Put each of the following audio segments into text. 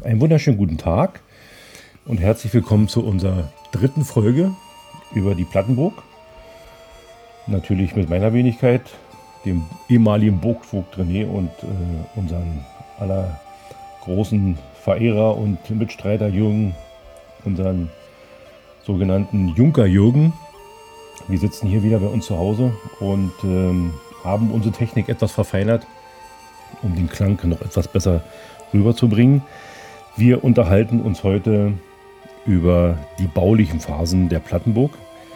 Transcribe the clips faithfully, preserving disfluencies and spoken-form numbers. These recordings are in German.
einen wunderschönen guten Tag und herzlich willkommen zu unserer dritten Folge über die Plattenburg. Natürlich mit meiner Wenigkeit, dem ehemaligen Burgvogt René und äh, unseren aller großen Verehrer und Mitstreiter Jürgen, unseren sogenannten Junker Jürgen. Wir sitzen hier wieder bei uns zu Hause und ähm, haben unsere Technik etwas verfeinert, um den Klang noch etwas besser rüberzubringen. Wir unterhalten uns heute über die baulichen Phasen der Plattenburg.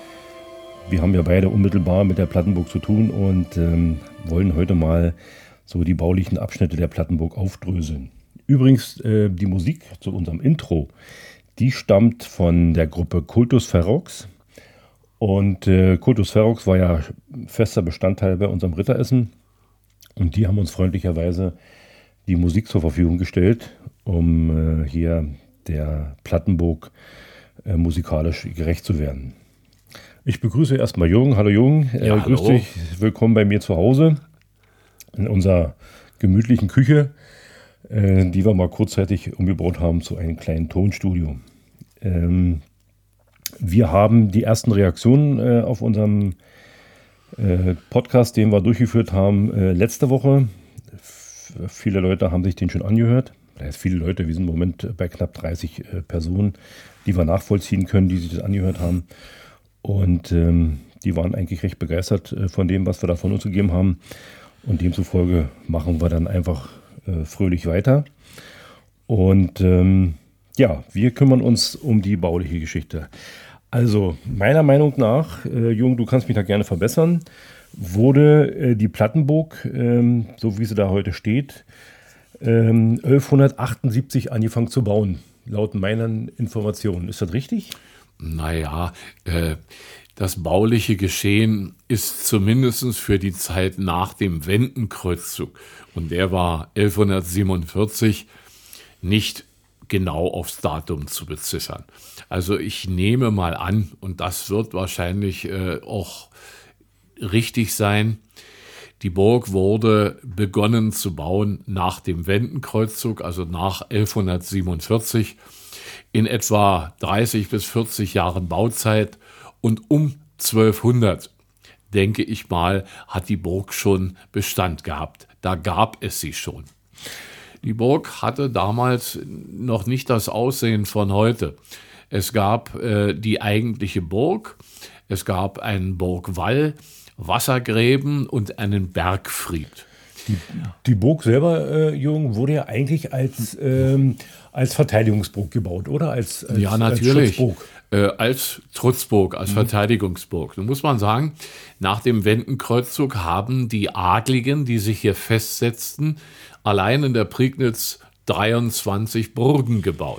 Wir haben ja beide unmittelbar mit der Plattenburg zu tun und ähm, wollen heute mal so die baulichen Abschnitte der Plattenburg aufdröseln. Übrigens, äh, die Musik zu unserem Intro, die stammt von der Gruppe Cultus Ferox. Und äh, Cultus Ferox war ja fester Bestandteil bei unserem Ritteressen. Und die haben uns freundlicherweise die Musik zur Verfügung gestellt, um äh, hier der Plattenburg äh, musikalisch gerecht zu werden. Ich begrüße erstmal Jürgen. Hallo Jürgen, äh, ja, grüß hallo. dich. Willkommen bei mir zu Hause in unserer gemütlichen Küche, äh, die wir mal kurzzeitig umgebaut haben zu einem kleinen Tonstudio. Ähm, wir haben die ersten Reaktionen äh, auf unserem äh, Podcast, den wir durchgeführt haben, äh, letzte Woche. F- viele Leute haben sich den schon angehört. Das heißt, viele Leute, wir sind im Moment bei knapp dreißig äh, Personen, die wir nachvollziehen können, die sich das angehört haben. Und ähm, die waren eigentlich recht begeistert äh, von dem, was wir da von uns gegeben haben. Und demzufolge machen wir dann einfach äh, fröhlich weiter. Und ähm, ja, wir kümmern uns um die bauliche Geschichte. Also meiner Meinung nach, äh, Jürgen, du kannst mich da gerne verbessern, wurde äh, die Plattenburg, ähm, so wie sie da heute steht, ähm, elfhundertachtundsiebzig angefangen zu bauen, laut meinen Informationen. Ist das richtig? Naja, äh, das bauliche Geschehen ist zumindest für die Zeit nach dem Wendenkreuzzug, und der war elfhundertsiebenundvierzig, nicht genau aufs Datum zu beziffern. Also ich nehme mal an, und das wird wahrscheinlich äh, auch richtig sein, die Burg wurde begonnen zu bauen nach dem Wendenkreuzzug, also nach elfhundertsiebenundvierzig, in etwa dreißig bis vierzig Jahren Bauzeit, und um zwölfhundert, denke ich mal, hat die Burg schon Bestand gehabt. Da gab es sie schon. Die Burg hatte damals noch nicht das Aussehen von heute. Es gab äh, die eigentliche Burg, es gab einen Burgwall, Wassergräben und einen Bergfried. Die, die Burg selber, äh, Jürgen, wurde ja eigentlich als, ähm, als Verteidigungsburg gebaut, oder? Als, als, ja, natürlich. Als Schutzburg. Äh, als Trutzburg, als mhm. Verteidigungsburg. Nun muss man sagen, nach dem Wendenkreuzzug haben die Adligen, die sich hier festsetzten, allein in der Prignitz dreiundzwanzig Burgen gebaut.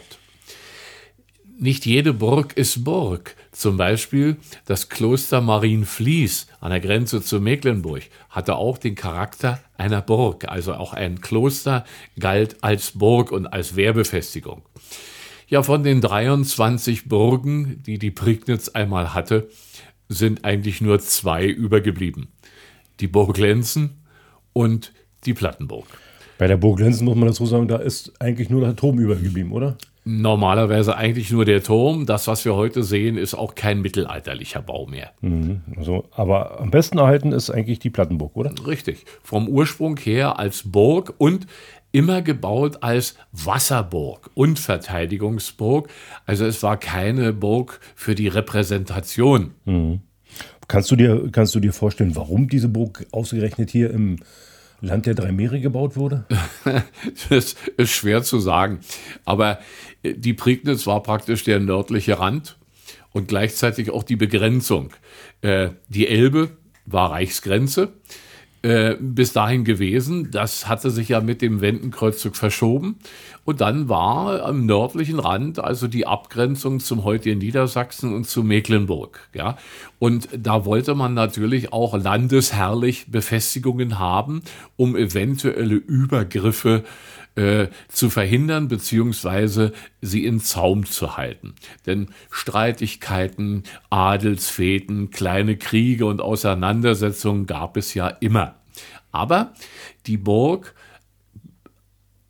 Nicht jede Burg ist Burg. Zum Beispiel das Kloster Marienfließ an der Grenze zu Mecklenburg hatte auch den Charakter einer Burg. Also auch ein Kloster galt als Burg und als Wehrbefestigung. Ja, von den dreiundzwanzig Burgen, die die Prignitz einmal hatte, sind eigentlich nur zwei übergeblieben. Die Burg Lenzen und die Plattenburg. Bei der Burg Lenzen muss man dazu sagen, da ist eigentlich nur der Turm übergeblieben, oder? Normalerweise eigentlich nur der Turm. Das, was wir heute sehen, ist auch kein mittelalterlicher Bau mehr. Mhm, also, aber am besten erhalten ist eigentlich die Plattenburg, oder? Richtig. Vom Ursprung her als Burg und immer gebaut als Wasserburg und Verteidigungsburg. Also es war keine Burg für die Repräsentation. Mhm. Kannst du dir, kannst du dir vorstellen, warum diese Burg ausgerechnet hier im Land der drei Meere gebaut wurde? Das ist schwer zu sagen. Aber die Prignitz war praktisch der nördliche Rand und gleichzeitig auch die Begrenzung. Die Elbe war Reichsgrenze bis dahin gewesen. Das hatte sich ja mit dem Wendenkreuzzug verschoben. Und dann war am nördlichen Rand also die Abgrenzung zum heutigen Niedersachsen und zu Mecklenburg. Ja? Und da wollte man natürlich auch landesherrlich Befestigungen haben, um eventuelle Übergriffe äh, zu verhindern beziehungsweise sie in Zaum zu halten. Denn Streitigkeiten, Adelsfehden, kleine Kriege und Auseinandersetzungen gab es ja immer. Aber die Burg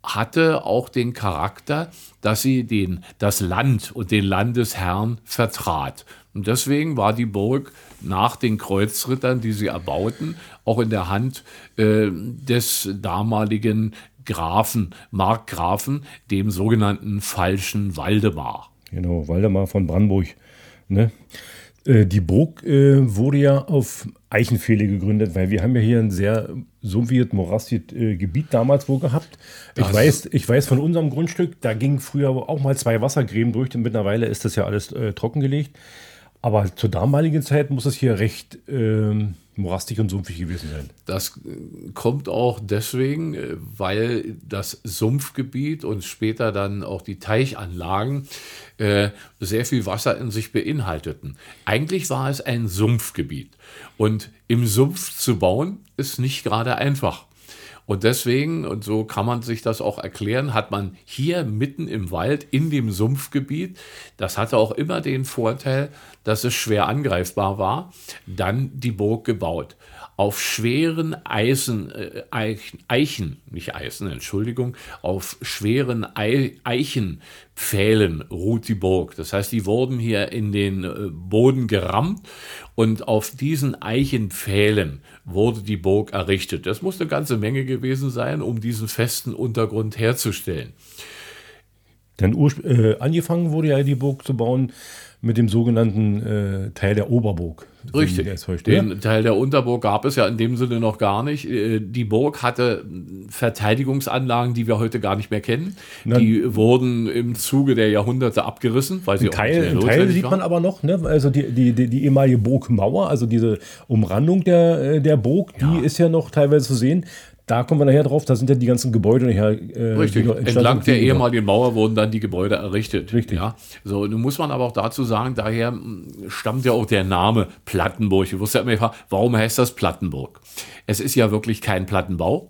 hatte auch den Charakter, dass sie den, das Land und den Landesherrn vertrat. Und deswegen war die Burg nach den Kreuzrittern, die sie erbauten, auch in der Hand äh, des damaligen Grafen, Markgrafen, dem sogenannten falschen Waldemar. Genau, Waldemar von Brandenburg. Ne? Äh, die Burg äh, wurde ja auf Eichenpfähle gegründet, weil wir haben ja hier ein sehr sumpfiges, morastiges äh, Gebiet damals wohl gehabt. Ich weiß, ich weiß von unserem Grundstück, da gingen früher auch mal zwei Wassergräben durch und mittlerweile ist das ja alles äh, trockengelegt. Aber zur damaligen Zeit muss es hier recht ähm, morastig und sumpfig gewesen sein. Das kommt auch deswegen, weil das Sumpfgebiet und später dann auch die Teichanlagen äh, sehr viel Wasser in sich beinhalteten. Eigentlich war es ein Sumpfgebiet. Und im Sumpf zu bauen, ist nicht gerade einfach. Und deswegen, und so kann man sich das auch erklären, hat man hier mitten im Wald, in dem Sumpfgebiet, das hatte auch immer den Vorteil, dass es schwer angreifbar war, dann die Burg gebaut. Auf schweren Eisen, äh, Eichen, Eichen, nicht Eisen, Entschuldigung, auf schweren Ei, Eichenpfählen ruht die Burg. Das heißt, die wurden hier in den äh, Boden gerammt und auf diesen Eichenpfählen wurde die Burg errichtet. Das muss eine ganze Menge gewesen sein, um diesen festen Untergrund herzustellen. Denn äh, angefangen wurde ja die Burg zu bauen mit dem sogenannten äh, Teil der Oberburg. Richtig, den, den Teil der Unterburg gab es ja in dem Sinne noch gar nicht. Die Burg hatte Verteidigungsanlagen, die wir heute gar nicht mehr kennen. Na, die wurden im Zuge der Jahrhunderte abgerissen. Weil sie ein Teil, auch ein Teil sieht man aber noch, ne? Also die, die, die, die ehemalige Burgmauer, also diese Umrandung der, der Burg, die ja. ist ja noch teilweise zu sehen. Da kommen wir nachher drauf, da sind ja die ganzen Gebäude nachher. Äh, Richtig, entlang der ehemaligen Mauer wurden dann die Gebäude errichtet. Richtig. Ja. So, nun muss man aber auch dazu sagen, daher stammt ja auch der Name Plattenburg. Ich wusste ja immer gefragt, warum heißt das Plattenburg? Es ist ja wirklich kein Plattenbau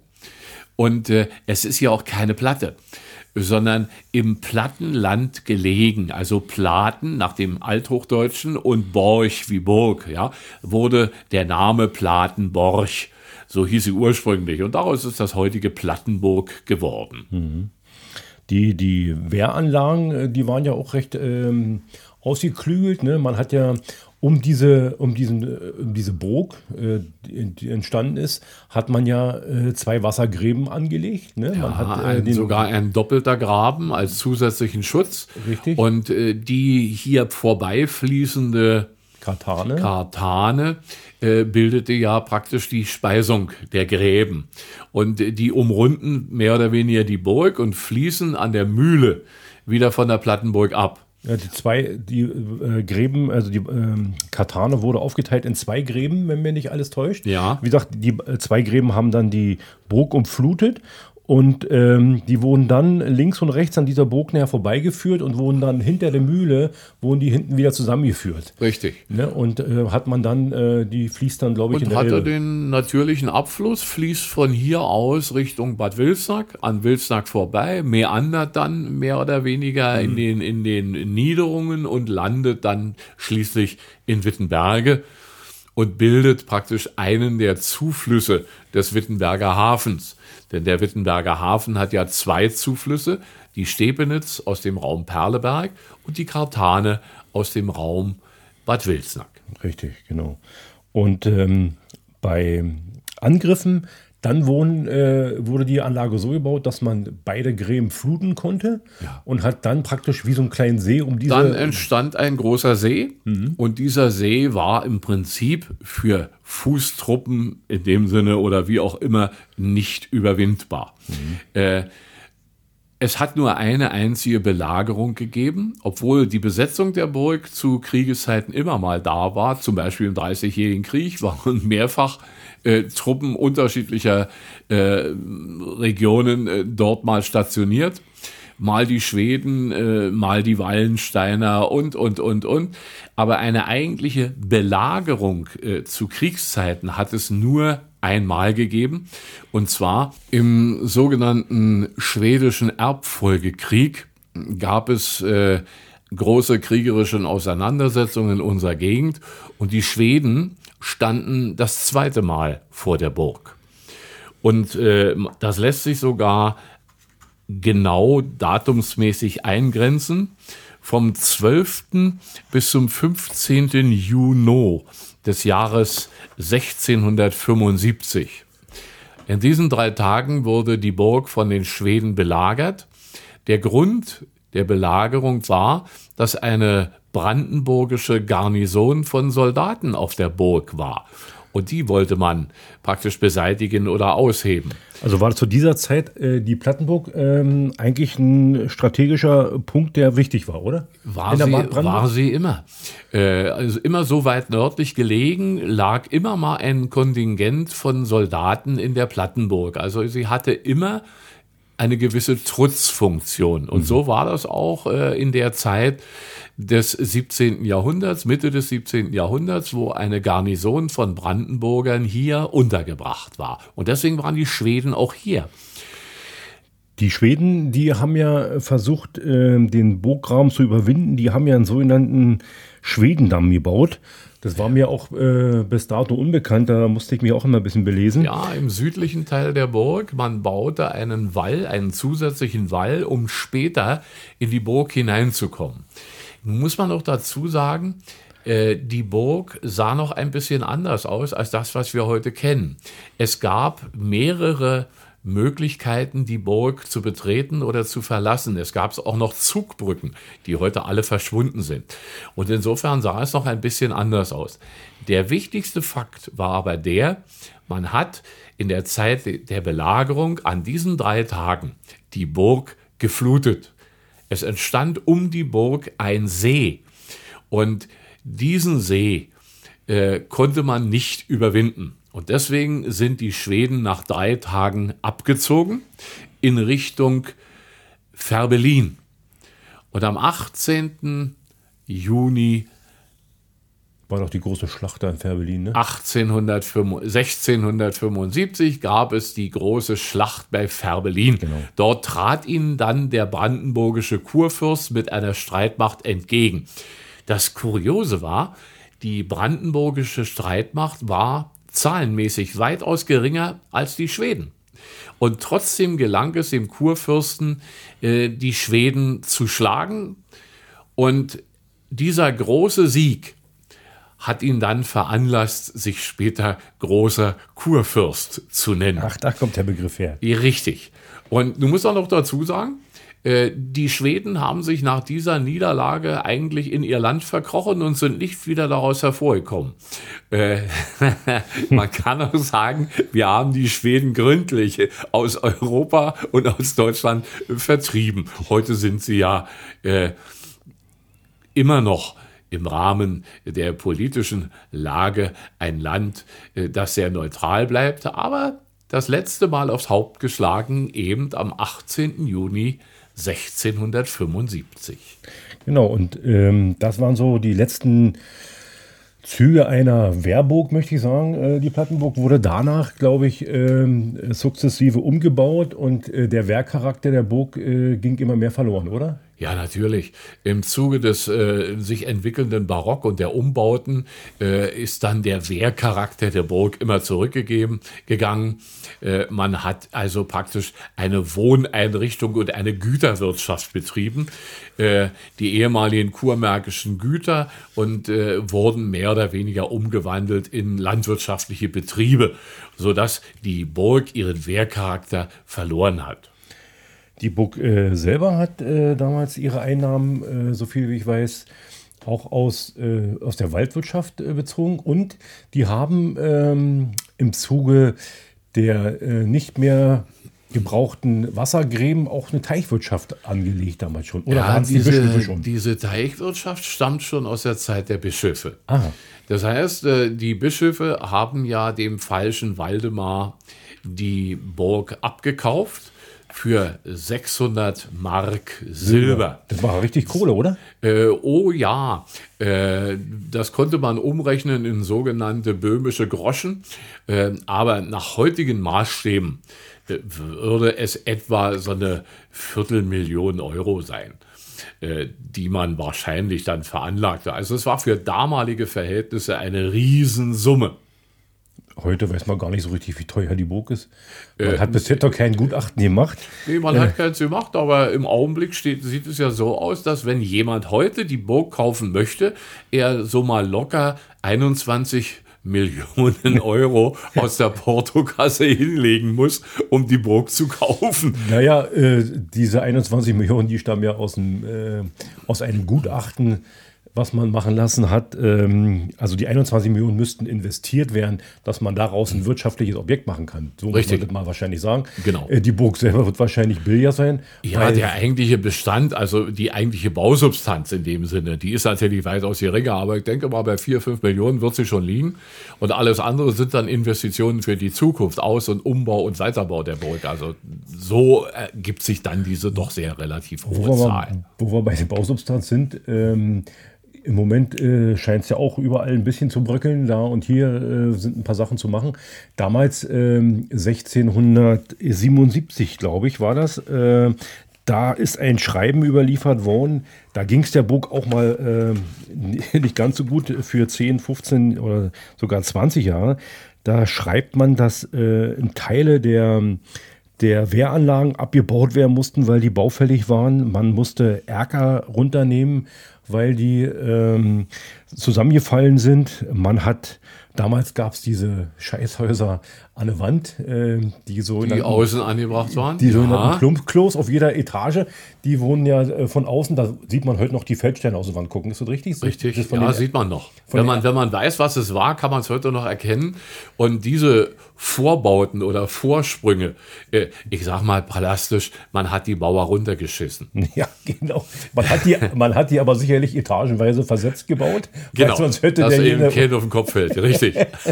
und äh, es ist ja auch keine Platte, sondern im Plattenland gelegen, also Platen nach dem Althochdeutschen und Borch wie Burg, ja, wurde der Name Platenborch. So hieß sie ursprünglich. Und daraus ist das heutige Plattenburg geworden. Mhm. Die, die Wehranlagen, die waren ja auch recht ähm, ausgeklügelt. Ne? Man hat ja um diese, um diesen, um diese Burg, äh, die, die entstanden ist, hat man ja äh, zwei Wassergräben angelegt. Ne? Man ja, hat, äh, ein, den, sogar ein doppelter Graben als zusätzlichen Schutz. Richtig. Und äh, die hier vorbeifließende Kartane, Kartane äh, bildete ja praktisch die Speisung der Gräben. Und äh, die umrunden mehr oder weniger die Burg und fließen an der Mühle wieder von der Plattenburg ab. Ja, die zwei, die äh, Gräben, also die ähm, Kartane wurde aufgeteilt in zwei Gräben, wenn mir nicht alles täuscht. Ja. Wie gesagt, die äh, zwei Gräben haben dann die Burg umflutet. Und ähm, die wurden dann links und rechts an dieser Burg näher vorbeigeführt und wurden dann hinter der Mühle, wurden die hinten wieder zusammengeführt. Richtig. Ne? Und äh, hat man dann, äh, die fließt dann, glaube ich, und in der hatte Elbe. Den natürlichen Abfluss, fließt von hier aus Richtung Bad Wilsnack, an Wilsnack vorbei, meandert dann mehr oder weniger mhm. in den, in den Niederungen und landet dann schließlich in Wittenberge und bildet praktisch einen der Zuflüsse des Wittenberger Hafens. Denn der Wittenberger Hafen hat ja zwei Zuflüsse, die Stepenitz aus dem Raum Perleberg und die Kartane aus dem Raum Bad Wilsnack. Richtig, genau. Und ähm, bei Angriffen, dann wurden, äh, wurde die Anlage so gebaut, dass man beide Gräben fluten konnte ja. und hat dann praktisch wie so einen kleinen See um diese... Dann entstand ein großer See mhm. und dieser See war im Prinzip für Fußtruppen in dem Sinne oder wie auch immer nicht überwindbar. Mhm. Äh, Es hat nur eine einzige Belagerung gegeben, obwohl die Besetzung der Burg zu Kriegeszeiten immer mal da war. Zum Beispiel im Dreißigjährigen Krieg waren mehrfach äh, Truppen unterschiedlicher äh, Regionen äh, dort mal stationiert. Mal die Schweden, äh, mal die Wallensteiner und, und, und, und. Aber eine eigentliche Belagerung äh, zu Kriegszeiten hat es nur einmal gegeben, und zwar im sogenannten schwedischen Erbfolgekrieg gab es äh, große kriegerische Auseinandersetzungen in unserer Gegend und die Schweden standen das zweite Mal vor der Burg. Und äh, das lässt sich sogar genau datumsmäßig eingrenzen, vom zwölften bis zum fünfzehnten Juni des Jahres sechzehnhundertfünfundsiebzig. In diesen drei Tagen wurde die Burg von den Schweden belagert. Der Grund der Belagerung war, dass eine brandenburgische Garnison von Soldaten auf der Burg war. Und die wollte man praktisch beseitigen oder ausheben. Also war zu dieser Zeit äh, die Plattenburg ähm, eigentlich ein strategischer Punkt, der wichtig war, oder? War, sie, war sie immer. Äh, also immer so weit nördlich gelegen, lag immer mal ein Kontingent von Soldaten in der Plattenburg. Also sie hatte immer eine gewisse Trutzfunktion. Und mhm. so war das auch äh, in der Zeit des siebzehnten Jahrhunderts, Mitte des siebzehnten Jahrhunderts, wo eine Garnison von Brandenburgern hier untergebracht war. Und deswegen waren die Schweden auch hier. Die Schweden, die haben ja versucht, den Burggraben zu überwinden. Die haben ja einen sogenannten Schwedendamm gebaut. Das war mir auch äh, bis dato unbekannt, da musste ich mich auch immer ein bisschen belesen. Ja, im südlichen Teil der Burg, man baute einen Wall, einen zusätzlichen Wall, um später in die Burg hineinzukommen. Nun muss man auch dazu sagen, äh, die Burg sah noch ein bisschen anders aus als das, was wir heute kennen. Es gab mehrere Möglichkeiten, die Burg zu betreten oder zu verlassen. Es gab auch noch Zugbrücken, die heute alle verschwunden sind. Und insofern sah es noch ein bisschen anders aus. Der wichtigste Fakt war aber der, man hat in der Zeit der Belagerung an diesen drei Tagen die Burg geflutet. Es entstand um die Burg ein See. Und diesen See äh, konnte man nicht überwinden. Und deswegen sind die Schweden nach drei Tagen abgezogen in Richtung Färbelin. Und am achtzehnten Juni war doch die große Schlacht da in Färbelin, ne? sechzehnhundertfünfundsiebzig gab es die große Schlacht bei Färbelin. Genau. Dort trat ihnen dann der brandenburgische Kurfürst mit einer Streitmacht entgegen. Das Kuriose war, die brandenburgische Streitmacht war zahlenmäßig weitaus geringer als die Schweden. Und trotzdem gelang es dem Kurfürsten, äh, die Schweden zu schlagen. Und dieser große Sieg hat ihn dann veranlasst, sich später großer Kurfürst zu nennen. Ach, da kommt der Begriff her. Richtig. Und du musst auch noch dazu sagen, die Schweden haben sich nach dieser Niederlage eigentlich in ihr Land verkrochen und sind nicht wieder daraus hervorgekommen. Äh, man kann auch sagen, wir haben die Schweden gründlich aus Europa und aus Deutschland vertrieben. Heute sind sie ja äh, immer noch im Rahmen der politischen Lage ein Land, äh, das sehr neutral bleibt, aber das letzte Mal aufs Haupt geschlagen eben am achtzehnten Juni sechzehnhundertfünfundsiebzig. Genau, und ähm, das waren so die letzten Züge einer Wehrburg, möchte ich sagen. Äh, die Plattenburg wurde danach, glaube ich, ähm, sukzessive umgebaut und äh, der Wehrcharakter der Burg äh, ging immer mehr verloren, oder? Ja, natürlich. Im Zuge des äh, sich entwickelnden Barock und der Umbauten äh, ist dann der Wehrcharakter der Burg immer zurückgegeben gegangen. Äh, man hat also praktisch eine Wohneinrichtung und eine Güterwirtschaft betrieben. Äh, die ehemaligen kurmärkischen Güter und äh, wurden mehr oder weniger umgewandelt in landwirtschaftliche Betriebe, sodass die Burg ihren Wehrcharakter verloren hat. Die Burg äh, selber hat äh, damals ihre Einnahmen, äh, so viel wie ich weiß, auch aus, äh, aus der Waldwirtschaft äh, bezogen. Und die haben ähm, im Zuge der äh, nicht mehr gebrauchten Wassergräben auch eine Teichwirtschaft angelegt damals schon. Oder ja, waren es die diese, Bischöfe schon? Diese Teichwirtschaft stammt schon aus der Zeit der Bischöfe. Aha. Das heißt, äh, die Bischöfe haben ja dem falschen Waldemar die Burg abgekauft für sechshundert Mark Silber. Das war richtig Kohle, oder? Äh, oh ja, äh, das konnte man umrechnen in sogenannte böhmische Groschen. Äh, aber nach heutigen Maßstäben äh, würde es etwa so eine Viertelmillion Euro sein, äh, die man wahrscheinlich dann veranlagte. Also es war für damalige Verhältnisse eine Riesensumme. Heute weiß man gar nicht so richtig, wie teuer die Burg ist. Man äh, hat bis jetzt doch kein Gutachten gemacht. Nee, man äh, hat keins gemacht, aber im Augenblick steht, sieht es ja so aus, dass wenn jemand heute die Burg kaufen möchte, er so mal locker einundzwanzig Millionen Euro aus der Portokasse hinlegen muss, um die Burg zu kaufen. Naja, äh, diese einundzwanzig Millionen, die stammen ja aus, dem, äh, aus einem Gutachten, was man machen lassen hat. Ähm, also die einundzwanzig Millionen müssten investiert werden, dass man daraus ein wirtschaftliches Objekt machen kann. So muss man das mal wahrscheinlich sagen. Genau. Äh, die Burg selber wird wahrscheinlich billiger sein. Ja, der eigentliche Bestand, also die eigentliche Bausubstanz in dem Sinne, die ist natürlich weitaus geringer, aber ich denke mal, bei vier, fünf Millionen wird sie schon liegen. Und alles andere sind dann Investitionen für die Zukunft, Aus- und Umbau und Weiterbau der Burg. Also so ergibt sich dann diese doch sehr relativ hohe wo Zahl. Wir, wo wir bei der Bausubstanz sind, ähm, im Moment äh, scheint es ja auch überall ein bisschen zu bröckeln. Da und hier äh, sind ein paar Sachen zu machen. Damals ähm, sechzehnhundertsiebenundsiebzig, glaube ich, war das. Äh, da ist ein Schreiben überliefert worden. Da ging es der Burg auch mal äh, nicht ganz so gut für zehn, fünfzehn oder sogar zwanzig Jahre. Da schreibt man, dass äh, Teile der der Wehranlagen abgebaut werden mussten, weil die baufällig waren. Man musste Erker runternehmen, weil die ähm, zusammengefallen sind. Man hat, damals gab es diese Scheißhäuser an der Wand, äh, die so die außen angebracht waren. Die sogenannten ja. Plumpklos auf jeder Etage, die wurden ja äh, von außen, da sieht man heute noch die Feldsteine aus der Wand gucken. Ist das richtig? Richtig, das ja, den, sieht man noch. Wenn man, wenn man weiß, was es war, kann man es heute noch erkennen. Und diese Vorbauten oder Vorsprünge, äh, ich sag mal plastisch, man hat die Bauer runtergeschissen. Ja, genau. Man hat die, man hat die aber sicherlich etagenweise versetzt gebaut. Genau, sonst hätte dass der eben kein auf den Kopf fällt, richtig.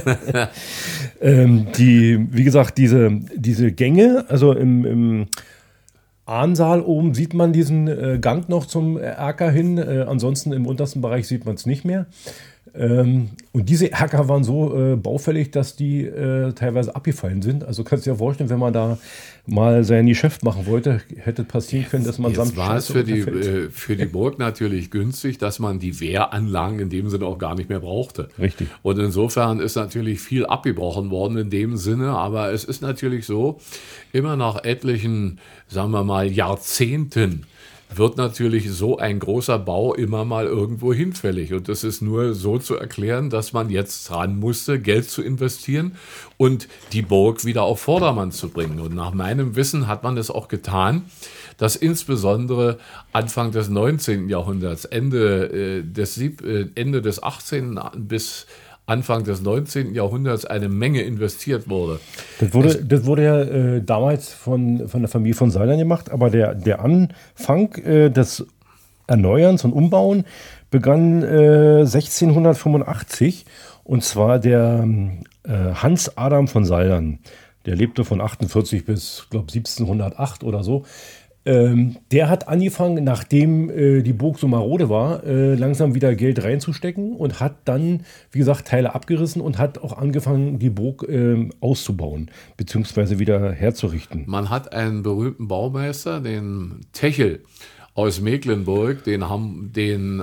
ähm, die, wie gesagt, diese, diese Gänge, also im, im Ahnsaal oben sieht man diesen äh, Gang noch zum Erker hin. Äh, ansonsten im untersten Bereich sieht man es nicht mehr. Ähm, und diese Erker waren so äh, baufällig, dass die äh, teilweise abgefallen sind. Also kannst du dir vorstellen, wenn man da mal sein Geschäft machen wollte, hätte passieren können, dass man Jetzt samt war es für die, äh, für die Burg natürlich günstig, dass man die Wehranlagen in dem Sinne auch gar nicht mehr brauchte. Richtig. Und insofern ist natürlich viel abgebrochen worden in dem Sinne, aber es ist natürlich so, immer nach etlichen, sagen wir mal, Jahrzehnten wird natürlich so ein großer Bau immer mal irgendwo hinfällig. Und das ist nur so zu erklären, dass man jetzt dran musste, Geld zu investieren und die Burg wieder auf Vordermann zu bringen. Und nach meinem Wissen hat man das auch getan, dass insbesondere Anfang des neunzehnten Jahrhunderts, Ende, äh, des, Sieb, äh, Ende des achtzehnten bis Anfang des neunzehnten Jahrhunderts eine Menge investiert wurde. Das wurde, es, das wurde ja äh, damals von, von der Familie von Saldern gemacht, aber der, der Anfang äh, des Erneuerns und Umbauen begann äh, sechzehnhundertfünfundachtzig, und zwar der äh, Hans Adam von Saldern. Der lebte von achtundvierzig bis, glaube siebzehnhundertacht oder so. Ähm, der hat angefangen, nachdem äh, die Burg so marode war, äh, langsam wieder Geld reinzustecken und hat dann, wie gesagt, Teile abgerissen und hat auch angefangen, die Burg äh, auszubauen, beziehungsweise wieder herzurichten. Man hat einen berühmten Baumeister, den Techel aus Mecklenburg, den, haben, den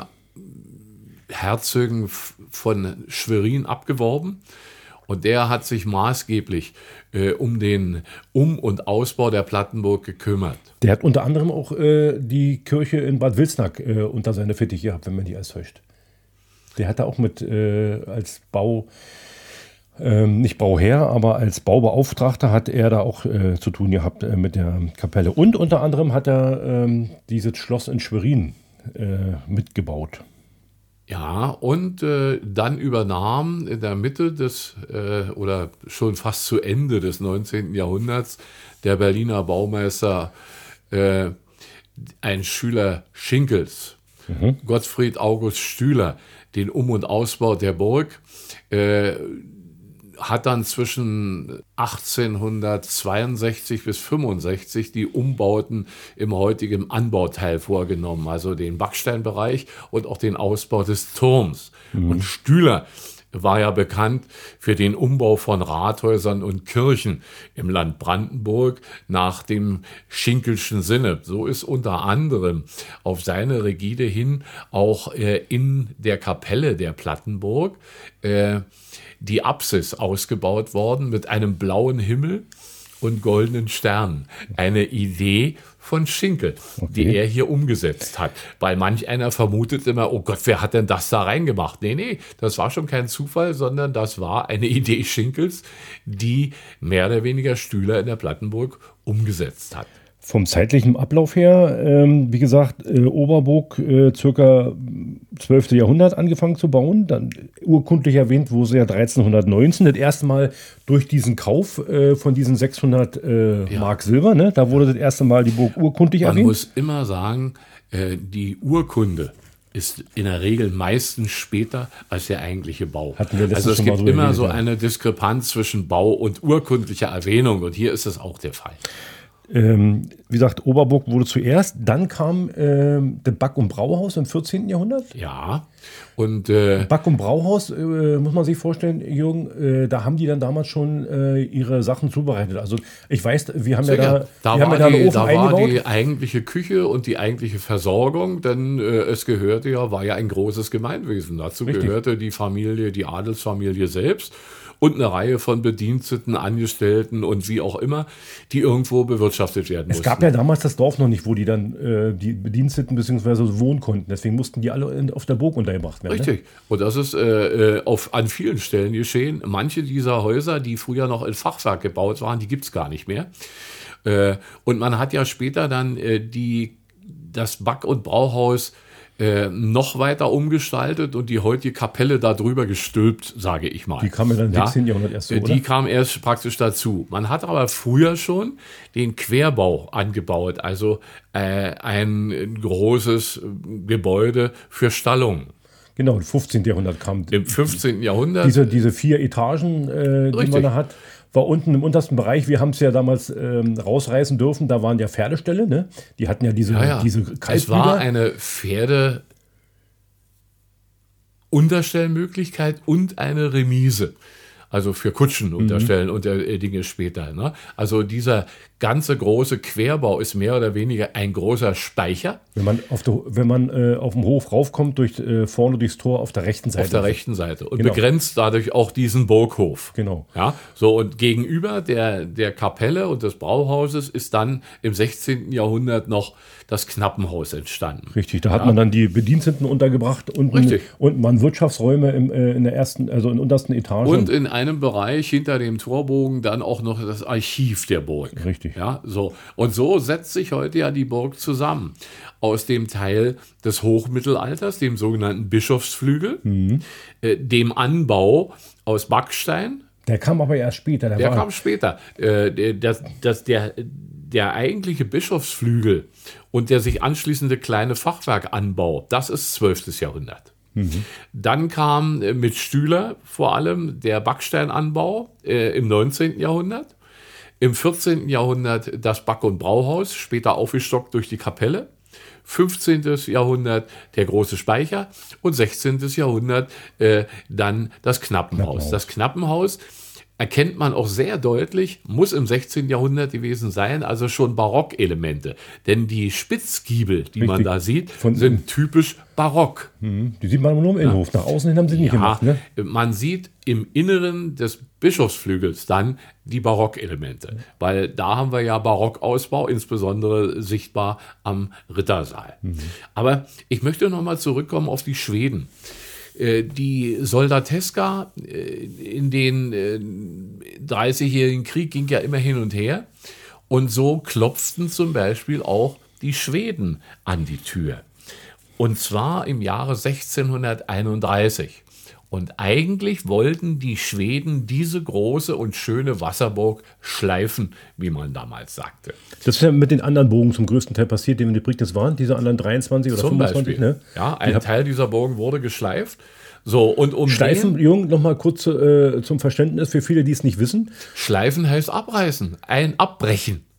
Herzögen von Schwerin abgeworben. Und der hat sich maßgeblich äh, um den Um- und Ausbau der Plattenburg gekümmert. Der hat unter anderem auch äh, die Kirche in Bad Wilsnack äh, unter seine Fittiche gehabt, wenn man die alles täuscht. Der hat da auch mit äh, als Bau, äh, nicht Bauherr, aber als Baubeauftragter hat er da auch äh, zu tun gehabt äh, mit der Kapelle. Und unter anderem hat er äh, dieses Schloss in Schwerin äh, mitgebaut. Ja, und äh, dann übernahm in der Mitte des, äh, oder schon fast zu Ende des neunzehnten Jahrhunderts der Berliner Baumeister, äh, ein Schüler Schinkels, mhm. Gottfried August Stüler, den Um- und Ausbau der Burg, äh, hat dann zwischen achtzehnhundertzweiundsechzig bis fünfundsechzig die Umbauten im heutigen Anbauteil vorgenommen, also den Backsteinbereich und auch den Ausbau des Turms. Mhm. Und Stüler war ja bekannt für den Umbau von Rathäusern und Kirchen im Land Brandenburg nach dem Schinkelschen Sinne. So ist unter anderem auf seine Rigide hin auch äh, in der Kapelle der Plattenburg äh, die Apsis ausgebaut worden mit einem blauen Himmel und goldenen Sternen. Eine Idee von Schinkel, okay, die er hier umgesetzt hat. Weil manch einer vermutet immer, oh Gott, wer hat denn das da reingemacht? Nee, nee, das war schon kein Zufall, sondern das war eine Idee Schinkels, die mehr oder weniger Stühler in der Plattenburg umgesetzt hat. Vom zeitlichen Ablauf her, ähm, wie gesagt, äh, Oberburg äh, circa zwölften. Jahrhundert angefangen zu bauen. Dann urkundlich erwähnt wurde sie ja dreizehnhundertneunzehn. Das erste Mal durch diesen Kauf äh, von diesen sechshundert äh, ja. Mark Silber. Ne? Da wurde das erste Mal die Burg urkundlich Man erwähnt. Man muss immer sagen, äh, die Urkunde ist in der Regel meistens später als der eigentliche Bau. Hatten wir also es schon gibt mal so immer erwähnt, so ja. eine Diskrepanz zwischen Bau und urkundlicher Erwähnung. Und hier ist es auch der Fall. Ähm, wie gesagt, Oberburg wurde zuerst, dann kam ähm, das Back- und Brauhaus im vierzehnten. Jahrhundert. Ja, und äh, Back- und Brauhaus, äh, muss man sich vorstellen, Jürgen, äh, da haben die dann damals schon äh, ihre Sachen zubereitet. Also ich weiß, wir haben sicher, ja da, da, wir war, haben ja da einen die, Ofen da war eingebaut. die eigentliche Küche und die eigentliche Versorgung, denn äh, es gehörte ja, war ja ein großes Gemeinwesen. Dazu Richtig. gehörte die Familie, die Adelsfamilie selbst. Und eine Reihe von Bediensteten, Angestellten und wie auch immer, die irgendwo bewirtschaftet werden mussten. Es gab ja damals das Dorf noch nicht, wo die dann äh, die Bediensteten bzw. wohnen konnten. Deswegen mussten die alle in, auf der Burg untergebracht werden. Richtig. Ne? Und das ist äh, auf, an vielen Stellen geschehen. Manche dieser Häuser, die früher noch in Fachwerk gebaut waren, die gibt es gar nicht mehr. Äh, und man hat ja später dann äh, die, das Back- und Brauhaus Äh, noch weiter umgestaltet und die heutige Kapelle darüber gestülpt, sage ich mal. Die kam ja dann im sechzehnten. Jahrhundert erst so, Die oder? kam erst praktisch dazu. Man hat aber früher schon den Querbau angebaut, also äh, ein großes Gebäude für Stallungen. Genau, im fünfzehnten. Jahrhundert kam Im fünfzehnten. Jahrhundert. diese, diese vier Etagen, äh, die Richtig. man da hat. War unten im untersten Bereich, wir haben es ja damals ähm, rausreißen dürfen, da waren ja Pferdeställe, ne? Die hatten ja diese, Ja, ja. diese Es war eine Pferde-Unterstellmöglichkeit und eine Remise. Also für Kutschen unterstellen und äh, Dinge später. Ne? Also dieser ganze große Querbau ist mehr oder weniger ein großer Speicher. Wenn man auf, der, wenn man, äh, auf dem Hof raufkommt, durch, äh, vorne durchs Tor auf der rechten Seite. Auf der rechten Seite. Und Genau. begrenzt dadurch auch diesen Burghof. Genau. Ja, so und gegenüber der, der Kapelle und des Brauhauses ist dann im sechzehnten. Jahrhundert noch das Knappenhaus entstanden. Richtig, da hat Ja. man dann die Bediensteten untergebracht und Richtig. und waren Wirtschaftsräume im, äh, in der ersten, also in der untersten Etage. Und in einem Bereich hinter dem Torbogen dann auch noch das Archiv der Burg. Richtig. Ja, so. Und so setzt sich heute ja die Burg zusammen. Aus dem Teil des Hochmittelalters, dem sogenannten Bischofsflügel, Mhm. äh, dem Anbau aus Backstein. Der kam aber erst später. Der, Der war, kam später. Äh, der, das, das, der, der eigentliche Bischofsflügel und der sich anschließende kleine Fachwerkanbau, das ist zwölften. Jahrhundert. Mhm. Dann kam äh, mit Stühler vor allem der Backsteinanbau äh, im neunzehnten. Jahrhundert. Im vierzehnten. Jahrhundert das Back- und Brauhaus, später aufgestockt durch die Kapelle. fünfzehnten. Jahrhundert der große Speicher und sechzehnten. Jahrhundert äh, dann das Knappenhaus. Knappenhaus. Das Knappenhaus erkennt man auch sehr deutlich, muss im sechzehnten. Jahrhundert gewesen sein, also schon Barockelemente. Denn die Spitzgiebel, die man Richtig. da sieht, Von- sind typisch barock. Mhm. Die sieht man nur im Innenhof. Nach außen hin haben sie nicht Ja, gemacht. Ne? man sieht im Inneren des Bischofsflügels dann die Barockelemente, weil da haben wir ja Barockausbau, insbesondere sichtbar am Rittersaal. Aber ich möchte noch mal zurückkommen auf die Schweden. Äh, Die Soldateska äh, in den äh, dreißigjährigen Krieg ging ja immer hin und her. Und so klopften zum Beispiel auch die Schweden an die Tür. Und zwar im Jahre sechzehnhunderteinunddreißig. Und eigentlich wollten die Schweden diese große und schöne Wasserburg schleifen, wie man damals sagte. Das ist ja mit den anderen Bogen zum größten Teil passiert, die in der Prignitz waren. Diese anderen dreiundzwanzig oder Zum fünfundzwanzig. Beispiel. Ne? Ja, Die ein hab- Teil dieser Burgen wurde geschleift. So, und um Schleifen, den, Jürgen, noch mal kurz äh, zum Verständnis für viele, die es nicht wissen. Schleifen heißt abreißen, ein Abbrechen.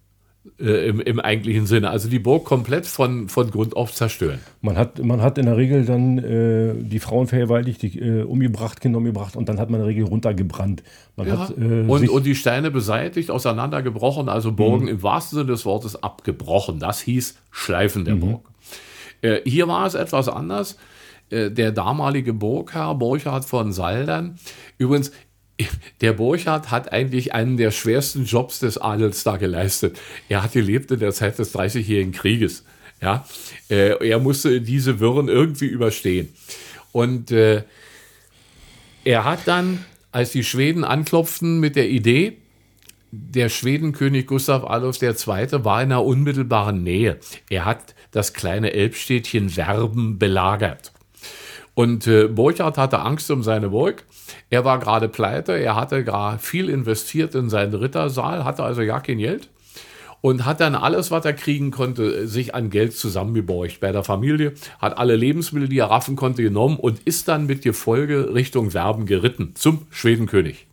äh, im, im eigentlichen Sinne. Also die Burg komplett von, von Grund auf zerstören. Man hat, man hat in der Regel dann äh, die Frauen vergewaltigt, die, äh, umgebracht, Kinder umgebracht und dann hat man in der Regel runtergebrannt. Man Ja. hat, äh, und, sich, und die Steine beseitigt, auseinandergebrochen, also Burgen im wahrsten Sinne des Wortes abgebrochen. Das hieß Schleifen der Burg. Äh, hier war es etwas anders. Äh, der damalige Burgherr Borchardt von Saldern, übrigens, der Borchardt hat eigentlich einen der schwersten Jobs des Adels da geleistet. Er hat gelebt in der Zeit des Dreißigjährigen Krieges. Ja? Äh, er musste diese Wirren irgendwie überstehen. Und äh, er hat dann, als die Schweden anklopften mit der Idee, der Schwedenkönig Gustav Adolf der Zweite war in der unmittelbaren Nähe. Er hat das kleine Elbstädtchen Werben belagert. Und äh, Borchardt hatte Angst um seine Burg. Er war gerade pleite, er hatte gerade viel investiert in seinen Rittersaal, hatte also ja kein Geld und hat dann alles, was er kriegen konnte, sich an Geld zusammengeborgt bei der Familie, hat alle Lebensmittel, die er raffen konnte, genommen und ist dann mit Gefolge Richtung Werben geritten zum Schwedenkönig.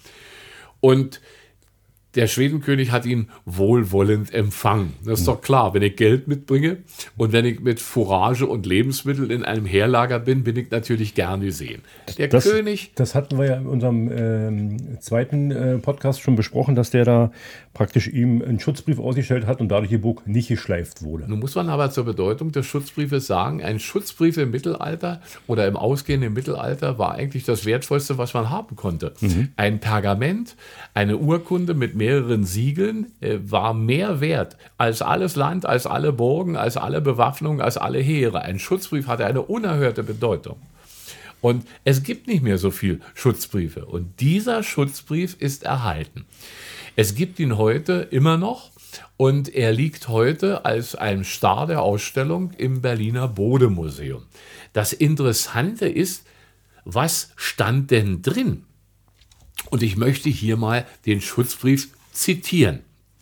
Und der Schwedenkönig hat ihn wohlwollend empfangen. Das ist doch klar, wenn ich Geld mitbringe und wenn ich mit Fourage und Lebensmitteln in einem Heerlager bin, bin ich natürlich gern gesehen. Der das, König... Das hatten wir ja in unserem ähm, zweiten äh, Podcast schon besprochen, dass der da praktisch ihm einen Schutzbrief ausgestellt hat und dadurch die Burg nicht geschleift wurde. Nun muss man aber zur Bedeutung des Schutzbriefes sagen, ein Schutzbrief im Mittelalter oder im ausgehenden Mittelalter war eigentlich das Wertvollste, was man haben konnte. Mhm. Ein Pergament, eine Urkunde mit mehreren Siegeln äh, war mehr wert als alles Land, als alle Burgen, als alle Bewaffnungen, als alle Heere. Ein Schutzbrief hatte eine unerhörte Bedeutung. Und es gibt nicht mehr so viel Schutzbriefe. Und dieser Schutzbrief ist erhalten. Es gibt ihn heute immer noch und er liegt heute als ein Star der Ausstellung im Berliner Bode-Museum. Das Interessante ist, was stand denn drin? Und ich möchte hier mal den Schutzbrief zitieren.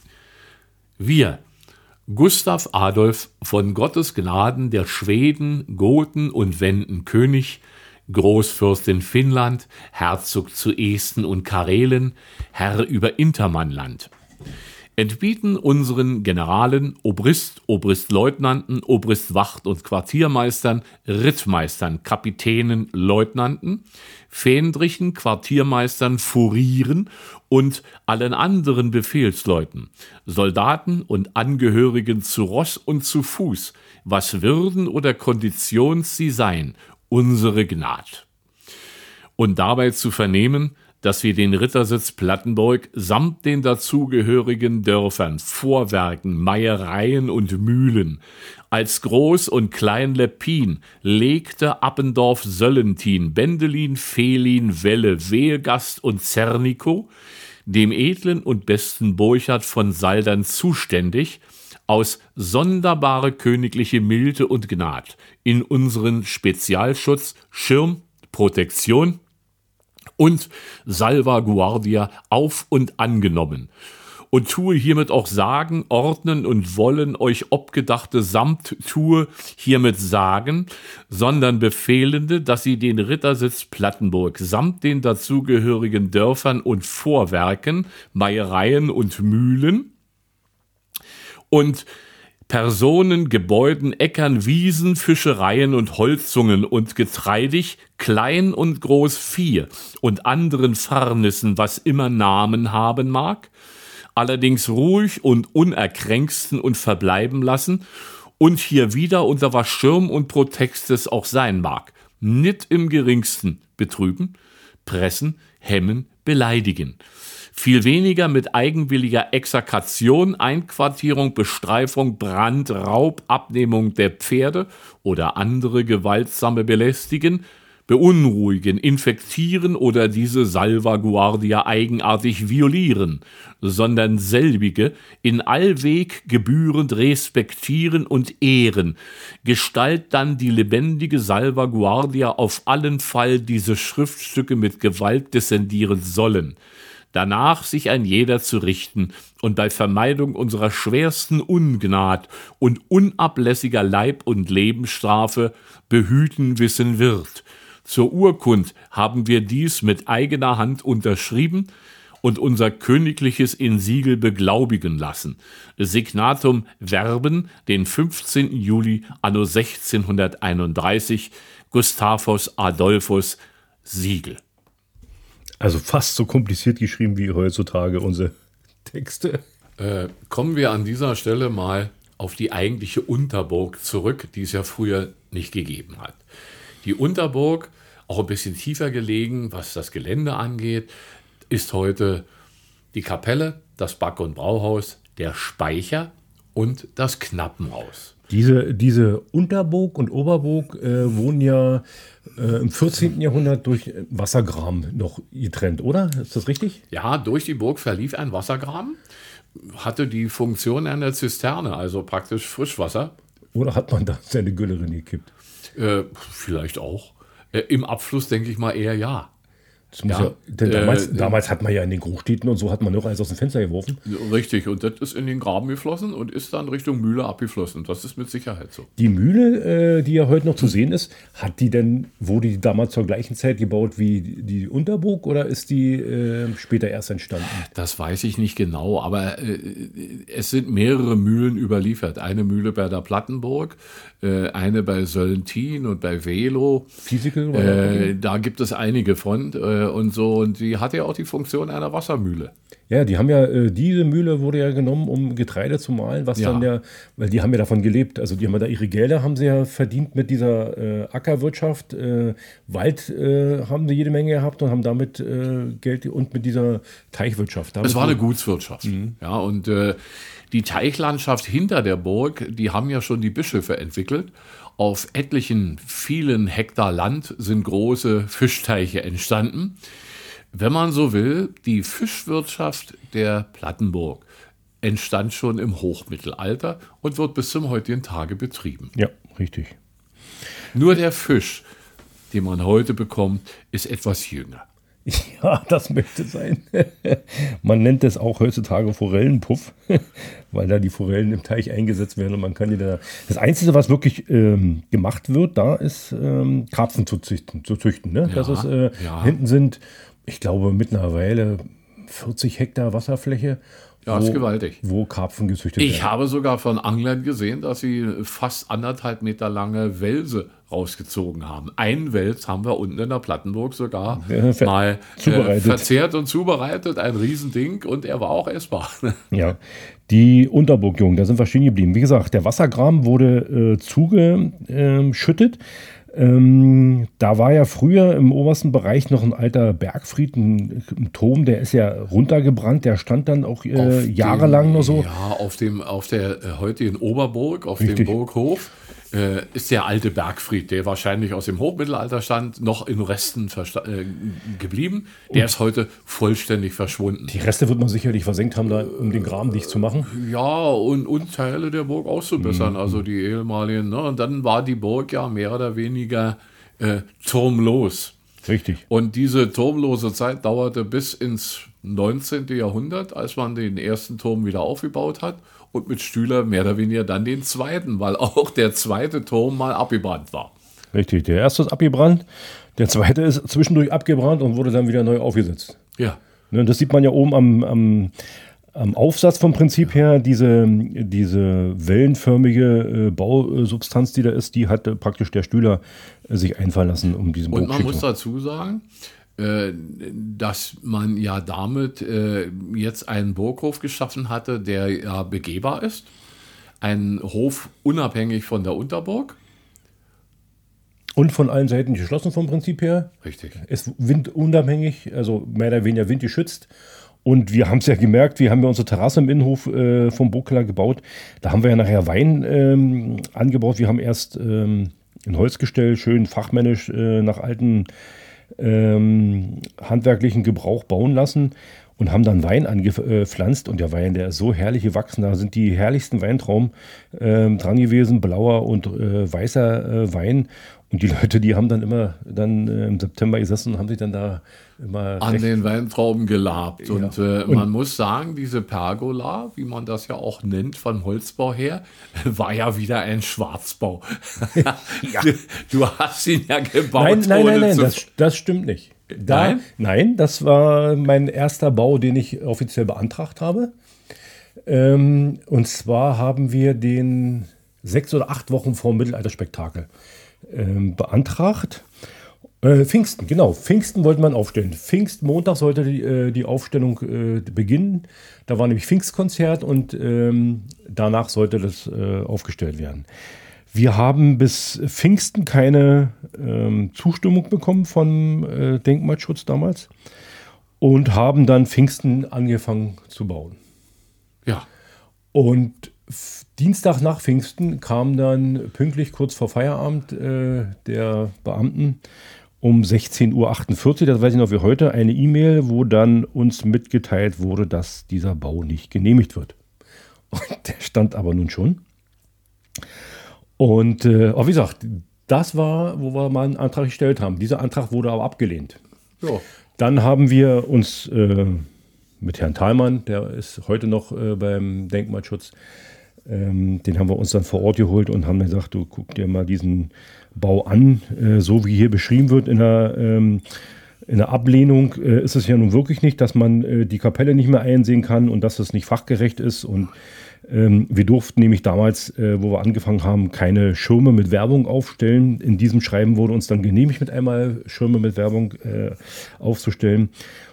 Wir, Gustav Adolf von Gottes Gnaden der Schweden, Goten und Wenden König, Großfürstin Finnland, Herzog zu Esten und Karelen, Herr über Intermannland, entbieten unseren Generalen, Obrist, Obristleutnanten, Obristwacht und Quartiermeistern, Rittmeistern, Kapitänen, Leutnanten, Fähndrichen, Quartiermeistern, Furieren und allen anderen Befehlsleuten, Soldaten und Angehörigen zu Ross und zu Fuß, was Würden oder Konditions sie seien, unsere Gnad. Und dabei zu vernehmen, dass wir den Rittersitz Plattenburg samt den dazugehörigen Dörfern, Vorwerken, Meiereien und Mühlen als Groß- und Klein-Leppin, Legte, Appendorf, Söllentin, Bendelin, Fehlin, Welle, Wehlgast und Zernikow, dem edlen und besten Borchardt von Saldern zuständig, aus sonderbare königliche Milde und Gnad in unseren Spezialschutz, Schirm, Protektion und Salvaguardia auf und angenommen und tue hiermit auch sagen, ordnen und wollen euch obgedachte samt tue hiermit sagen, sondern befehlende, dass sie den Rittersitz Plattenburg samt den dazugehörigen Dörfern und Vorwerken, Meiereien und Mühlen und Personen, Gebäuden, Äckern, Wiesen, Fischereien und Holzungen und Getreidig, Klein- und Großvieh und anderen Farnissen, was immer Namen haben mag, allerdings ruhig und unerkränksten und verbleiben lassen und hier wieder unter was Schirm und Protextes auch sein mag, nit im geringsten betrüben, pressen, hemmen, beleidigen. Viel weniger mit eigenwilliger Exekration, Einquartierung, Bestreifung, Brand, Raub, Abnehmung der Pferde oder andere gewaltsame belästigen, beunruhigen, infektieren oder diese Salvaguardia eigenartig violieren, sondern selbige in allweg gebührend respektieren und ehren, Gestalt dann die lebendige Salvaguardia auf allen Fall diese Schriftstücke mit Gewalt descendieren sollen, danach sich ein jeder zu richten und bei Vermeidung unserer schwersten Ungnad und unablässiger Leib- und Lebensstrafe behüten wissen wird. Zur Urkund haben wir dies mit eigener Hand unterschrieben und unser königliches Insiegel beglaubigen lassen. Signatum Verben, den fünfzehnten Juli anno sechzehnhunderteinunddreißig, Gustavus Adolphus Siegel. Also fast so kompliziert geschrieben wie heutzutage unsere Texte. Äh, kommen wir an dieser Stelle mal auf die eigentliche Unterburg zurück, die es ja früher nicht gegeben hat. Die Unterburg, auch ein bisschen tiefer gelegen, was das Gelände angeht, ist heute die Kapelle, das Back- und Brauhaus, der Speicher und das Knappenhaus. Diese, diese Unterburg und Oberburg äh, wurden ja äh, im vierzehnten Jahrhundert durch Wassergraben noch getrennt, oder? Ist das richtig? Ja, durch die Burg verlief ein Wassergraben, hatte die Funktion einer Zisterne, also praktisch Frischwasser. Oder hat man da seine Gülle gekippt? Äh, vielleicht auch. Äh, Im Abfluss denke ich mal eher ja. Das muss Ja, ja, denn damals, äh, damals hat man ja in den Großstädten und so hat man noch eins aus dem Fenster geworfen. Richtig, und das ist in den Graben geflossen und ist dann Richtung Mühle abgeflossen. Das ist mit Sicherheit so. Die Mühle, äh, die ja heute noch zu sehen ist, hat die denn, wurde die damals zur gleichen Zeit gebaut wie die Unterburg oder ist die äh, später erst entstanden? Das weiß ich nicht genau, aber äh, es sind mehrere Mühlen überliefert. Eine Mühle bei der Plattenburg, äh, eine bei Söllntin und bei Velo. Physical? Oder? Äh, da gibt es einige von äh, und so. Und die hat ja auch die Funktion einer Wassermühle. Ja, die haben ja, äh, diese Mühle wurde ja genommen, um Getreide zu mahlen, was Ja. dann ja, weil die haben ja davon gelebt. Also die haben ja da ihre Gelder, haben sie ja verdient mit dieser äh, Ackerwirtschaft. Äh, Wald äh, haben sie jede Menge gehabt und haben damit äh, Geld und mit dieser Teichwirtschaft. Damit Es war eine Gutswirtschaft. Ja, und äh, die Teichlandschaft hinter der Burg, die haben ja schon die Bischöfe entwickelt. Auf etlichen, vielen Hektar Land sind große Fischteiche entstanden. Wenn man so will, die Fischwirtschaft der Plattenburg entstand schon im Hochmittelalter und wird bis zum heutigen Tage betrieben. Ja, richtig. Nur der Fisch, den man heute bekommt, ist etwas jünger. Ja, das möchte sein. Man nennt es auch heutzutage Forellenpuff, weil da die Forellen im Teich eingesetzt werden und man kann die da. Das Einzige, was wirklich ähm, gemacht wird, da ist ähm, Karpfen zu züchten. Zu züchten ne? Ja, das ist, äh, ja. Hinten sind, ich glaube, mittlerweile vierzig Hektar Wasserfläche. Ja, ist gewaltig. Wo Karpfen gezüchtet Ich werden. habe sogar von Anglern gesehen, dass sie fast anderthalb Meter lange Welse rausgezogen haben. Einen Wels haben wir unten in der Plattenburg sogar Ja, ver- mal äh, zubereitet. verzehrt und zubereitet. Ein Riesending und er war auch essbar. Ja, die Unterburgjungen, da sind wir stehen geblieben. Wie gesagt, der Wassergraben wurde äh, zugeschüttet. Ähm, da war ja früher im obersten Bereich noch ein alter Bergfried, ein, ein Turm, der ist ja runtergebrannt, der stand dann auch äh, Auf jahrelang dem, noch so. Ja, auf, dem, auf der äh, heutigen Oberburg, auf Richtig. dem Burghof, äh, ist der alte Bergfried, der wahrscheinlich aus dem Hochmittelalter stand, noch in Resten versta- äh, geblieben. Der ist heute vollständig verschwunden. Die Reste wird man sicherlich versenkt haben, da, um den Graben dicht zu machen. Ja, und, und Teile der Burg auszubessern, also die ehemaligen. Ne? Und dann war die Burg ja mehr oder weniger äh, turmlos. Richtig. Und diese turmlose Zeit dauerte bis ins neunzehnten Jahrhundert, als man den ersten Turm wieder aufgebaut hat und mit Stühler mehr oder weniger dann den zweiten, weil auch der zweite Turm mal abgebrannt war. Richtig. Der erste ist abgebrannt, der zweite ist zwischendurch abgebrannt und wurde dann wieder neu aufgesetzt. Ja. Ne, das sieht man ja oben am, am, am Aufsatz vom Prinzip her. Diese, diese wellenförmige äh, Bausubstanz, die da ist, die hat äh, praktisch der Stühler äh, sich einfallen lassen, um diesen Und man Burgschick muss zu- dazu sagen, äh, dass man ja damit äh, jetzt einen Burghof geschaffen hatte, der ja begehbar ist. Ein Hof unabhängig von der Unterburg. Und von allen Seiten geschlossen vom Prinzip her. Richtig. Ist windunabhängig, also mehr oder weniger windgeschützt. Und wir haben es ja gemerkt, wir haben ja unsere Terrasse im Innenhof äh, vom Burgkeller gebaut. Da haben wir ja nachher Wein ähm, angebaut. Wir haben erst ähm, ein Holzgestell, schön fachmännisch äh, nach alten ähm, handwerklichen Gebrauch bauen lassen und haben dann Wein angepflanzt. Und der Wein, der ist so herrlich gewachsen. Da sind die herrlichsten Weintrauben ähm, dran gewesen, blauer und äh, weißer äh, Wein. Und die Leute, die haben dann immer dann äh, im September gesessen und haben sich dann da immer An recht- den Weintrauben gelabt. Ja. Und, äh, Und- man muss sagen, diese Pergola, wie man das ja auch nennt, vom Holzbau her, war ja wieder ein Schwarzbau. du, du hast ihn ja gebaut. Nein, nein, ohne nein, nein, zu- das, das stimmt nicht. Da, Nein? nein, das war mein erster Bau, den ich offiziell beantragt habe. Ähm, und zwar haben wir den sechs oder acht Wochen vor dem Mittelalterspektakel ähm, beantragt. Äh, Pfingsten, genau. Pfingsten wollte man aufstellen. Pfingstmontag sollte die, äh, die Aufstellung äh, beginnen. Da war nämlich Pfingstkonzert und ähm, danach sollte das äh, aufgestellt werden. Wir haben bis Pfingsten keine ähm, Zustimmung bekommen vom äh, Denkmalschutz damals und haben dann Pfingsten angefangen zu bauen. Ja. Und f- Dienstag nach Pfingsten kam dann pünktlich kurz vor Feierabend äh, der Beamten um sechzehn Uhr achtundvierzig, das weiß ich noch wie heute, eine E-Mail, wo dann uns mitgeteilt wurde, dass dieser Bau nicht genehmigt wird. Und der stand aber nun schon. Und äh, aber wie gesagt, das war, wo wir mal einen Antrag gestellt haben. Dieser Antrag wurde aber abgelehnt. Ja. Dann haben wir uns äh, mit Herrn Thalmann, der ist heute noch äh, beim Denkmalschutz, ähm, den haben wir uns dann vor Ort geholt und haben gesagt, du guck dir mal diesen Bau an, äh, so wie hier beschrieben wird in der, ähm, in der Ablehnung, äh, ist es ja nun wirklich nicht, dass man äh, die Kapelle nicht mehr einsehen kann und dass es nicht fachgerecht ist. Und ähm, wir durften nämlich damals, äh, wo wir angefangen haben, keine Schirme mit Werbung aufstellen. In diesem Schreiben wurde uns dann genehmigt, mit einmal Schirme mit Werbung äh, aufzustellen.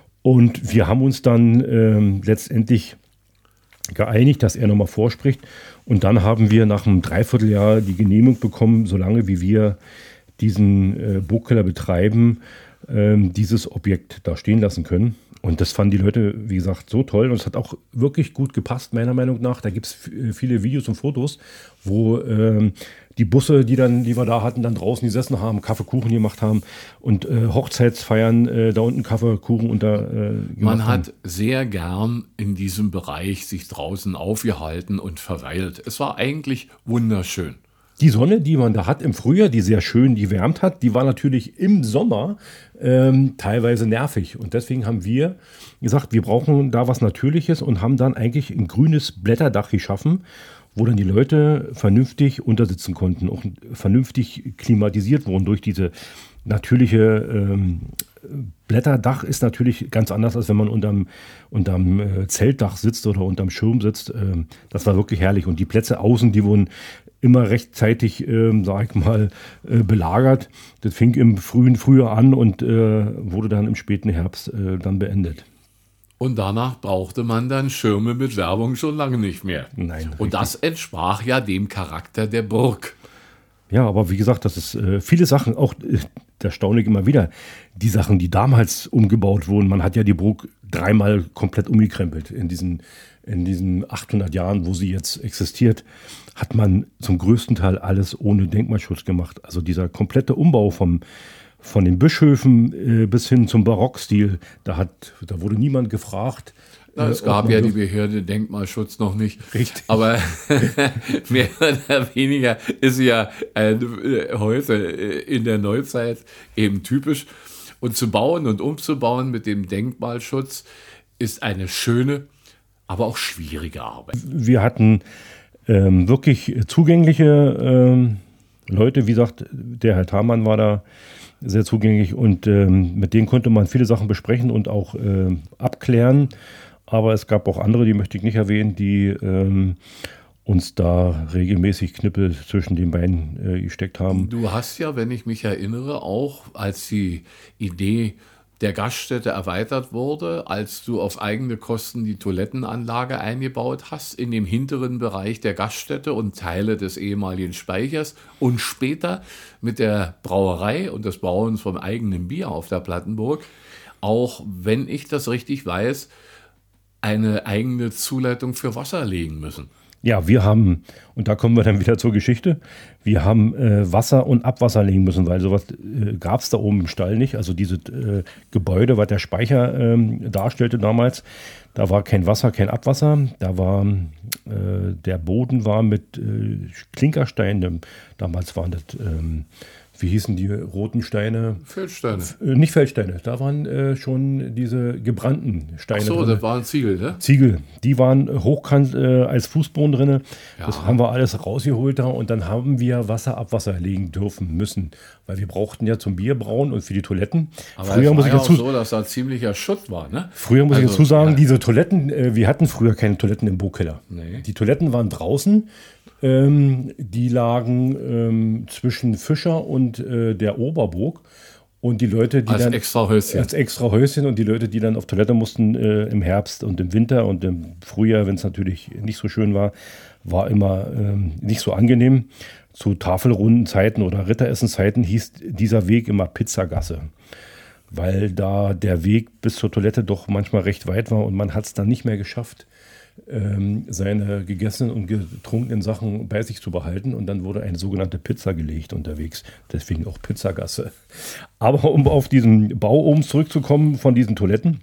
Und wir haben uns dann ähm, letztendlich geeinigt, dass er nochmal vorspricht. Und dann haben wir nach einem Dreivierteljahr die Genehmigung bekommen, solange wie wir diesen äh, Burgkeller betreiben, ähm, dieses Objekt da stehen lassen können. Und das fanden die Leute, wie gesagt, so toll. Und es hat auch wirklich gut gepasst, meiner Meinung nach. Da gibt es f- viele Videos und Fotos, wo ähm, die Busse, die, dann, die wir da hatten, dann draußen gesessen haben, Kaffee, Kuchen gemacht haben und äh, Hochzeitsfeiern, äh, da unten Kaffee, Kuchen unter äh, gemacht Man haben. hat sehr gern in diesem Bereich sich draußen aufgehalten und verweilt. Es war eigentlich wunderschön. Die Sonne, die man da hat im Frühjahr, die sehr schön die wärmt hat, die war natürlich im Sommer ähm, teilweise nervig. Und deswegen haben wir gesagt, wir brauchen da was Natürliches und haben dann eigentlich ein grünes Blätterdach geschaffen, wo dann die Leute vernünftig untersitzen konnten, auch vernünftig klimatisiert wurden durch diese natürliche ähm, Blätterdach ist natürlich ganz anders, als wenn man unterm, unterm äh, Zeltdach sitzt oder unterm Schirm sitzt. Ähm, das war wirklich herrlich. Und die Plätze außen, die wurden immer rechtzeitig, ähm, sag ich mal, äh, belagert. Das fing im frühen Frühjahr an und äh, wurde dann im späten Herbst äh, dann beendet. Und danach brauchte man dann Schirme mit Werbung schon lange nicht mehr. Nein, Und richtig. das entsprach ja dem Charakter der Burg. Ja, aber wie gesagt, das ist äh, viele Sachen, auch äh, da staune ich immer wieder, die Sachen, die damals umgebaut wurden. Man hat ja die Burg dreimal komplett umgekrempelt in diesen, in diesen achthundert Jahren, wo sie jetzt existiert, hat man zum größten Teil alles ohne Denkmalschutz gemacht. Also dieser komplette Umbau vom, von den Bischöfen äh, bis hin zum Barockstil, da, hat, da wurde niemand gefragt. Na, es äh, gab ob man ja die dürf- Behörde Denkmalschutz noch nicht. Richtig. Aber mehr oder weniger ist ja äh, heute äh, in der Neuzeit eben typisch. Und zu bauen und umzubauen mit dem Denkmalschutz ist eine schöne, aber auch schwierige Arbeit. Wir hatten ähm, wirklich zugängliche ähm, Leute, wie gesagt, der Herr Thamann war da sehr zugänglich und ähm, mit denen konnte man viele Sachen besprechen und auch ähm, abklären. Aber es gab auch andere, die möchte ich nicht erwähnen, die ähm, uns da regelmäßig Knüppel zwischen den Beinen äh, gesteckt haben. Du hast ja, wenn ich mich erinnere, auch als die Idee der Gaststätte erweitert wurde, als du auf eigene Kosten die Toilettenanlage eingebaut hast in dem hinteren Bereich der Gaststätte und Teile des ehemaligen Speichers und später mit der Brauerei und des Brauens vom eigenen Bier auf der Plattenburg, auch wenn ich das richtig weiß, eine eigene Zuleitung für Wasser legen müssen. Ja, wir haben, und da kommen wir dann wieder zur Geschichte, wir haben äh, Wasser und Abwasser legen müssen, weil sowas äh, gab es da oben im Stall nicht. Also dieses äh, Gebäude, was der Speicher ähm, darstellte damals, da war kein Wasser, kein Abwasser. Da war, äh, der Boden war mit äh, Klinkerstein, damals waren das ähm, wie hießen die roten Steine? Feldsteine. Äh, nicht Feldsteine, da waren äh, schon diese gebrannten Steine. Ach so, drin. das waren Ziegel, ne? Ziegel, die waren hochkant äh, als Fußboden drin. Ja. Das haben wir alles rausgeholt da und dann haben wir Wasserabwasser legen dürfen müssen, weil wir brauchten ja zum Bierbrauen und für die Toiletten. Aber früher es war muss ich ja dazu, auch so, dass da ziemlicher Schutt war, ne? früher muss Also, ich dazu sagen, ja. diese Toiletten, äh, wir hatten früher keine Toiletten im Burgkeller. Nee. Die Toiletten waren draußen. Ähm, die lagen ähm, zwischen Fischer und äh, der Oberburg. Und die Leute, die Als dann extra Häuschen. als extra Häuschen und die Leute, die dann auf Toilette mussten äh, im Herbst und im Winter und im Frühjahr, wenn es natürlich nicht so schön war, war immer ähm, nicht so angenehm. Zu Tafelrundenzeiten oder Ritteressenzeiten hieß dieser Weg immer Pizzagasse, weil da der Weg bis zur Toilette doch manchmal recht weit war und man hat es dann nicht mehr geschafft, ähm, seine gegessenen und getrunkenen Sachen bei sich zu behalten. Und dann wurde eine sogenannte Pizza gelegt unterwegs. Deswegen auch Pizzagasse. Aber um auf diesen Bau oben zurückzukommen von diesen Toiletten.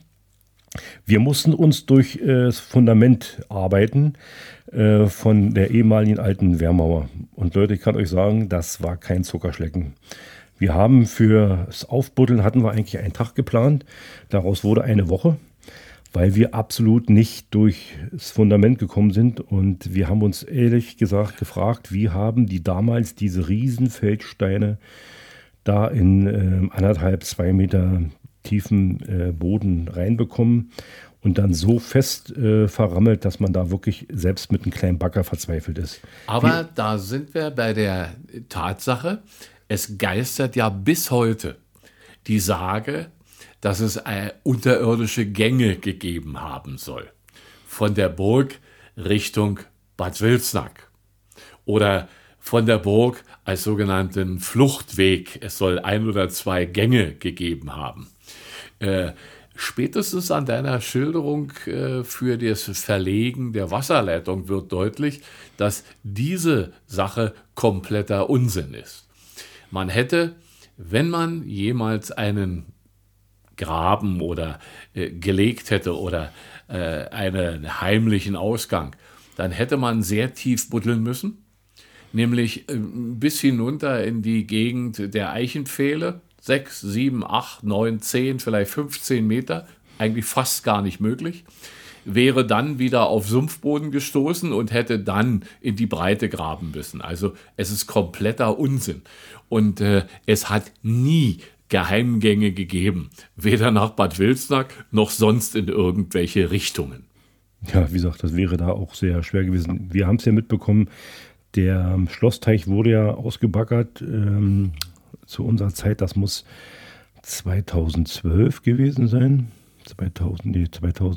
Wir mussten uns durch äh, das Fundament arbeiten äh, von der ehemaligen alten Wehrmauer. Und Leute, ich kann euch sagen, das war kein Zuckerschlecken. Wir haben für das Aufbuddeln hatten wir eigentlich einen Tag geplant. Daraus wurde eine Woche, weil wir absolut nicht durch das Fundament gekommen sind. Und wir haben uns ehrlich gesagt gefragt, wie haben die damals diese riesen Feldsteine da in äh, anderthalb, zwei Meter tiefen äh, Boden reinbekommen und dann so fest äh, verrammelt, dass man da wirklich selbst mit einem kleinen Bagger verzweifelt ist. Aber wir, da sind wir bei der Tatsache, es geistert ja bis heute die Sage, dass es äh, unterirdische Gänge gegeben haben soll. Von der Burg Richtung Bad Wilsnack. Oder von der Burg als sogenannten Fluchtweg. Es soll ein oder zwei Gänge gegeben haben. Äh, spätestens an deiner Schilderung äh, für das Verlegen der Wasserleitung wird deutlich, dass diese Sache kompletter Unsinn ist. Man hätte, wenn man jemals einen Graben oder äh, gelegt hätte oder äh, einen heimlichen Ausgang, dann hätte man sehr tief buddeln müssen, nämlich äh, bis hinunter in die Gegend der Eichenpfähle, sechs, sieben, acht, neun, zehn, vielleicht fünfzehn Meter, eigentlich fast gar nicht möglich, wäre dann wieder auf Sumpfboden gestoßen und hätte dann in die Breite graben müssen. Also es ist kompletter Unsinn. Und äh, es hat nie Geheimgänge gegeben, weder nach Bad Wilsnack noch sonst in irgendwelche Richtungen. Ja, wie gesagt, das wäre da auch sehr schwer gewesen. Wir haben es ja mitbekommen, der Schlossteich wurde ja ausgebaggert ähm, zu unserer Zeit. Das muss zweitausendzwölf gewesen sein. zweitausend, nee,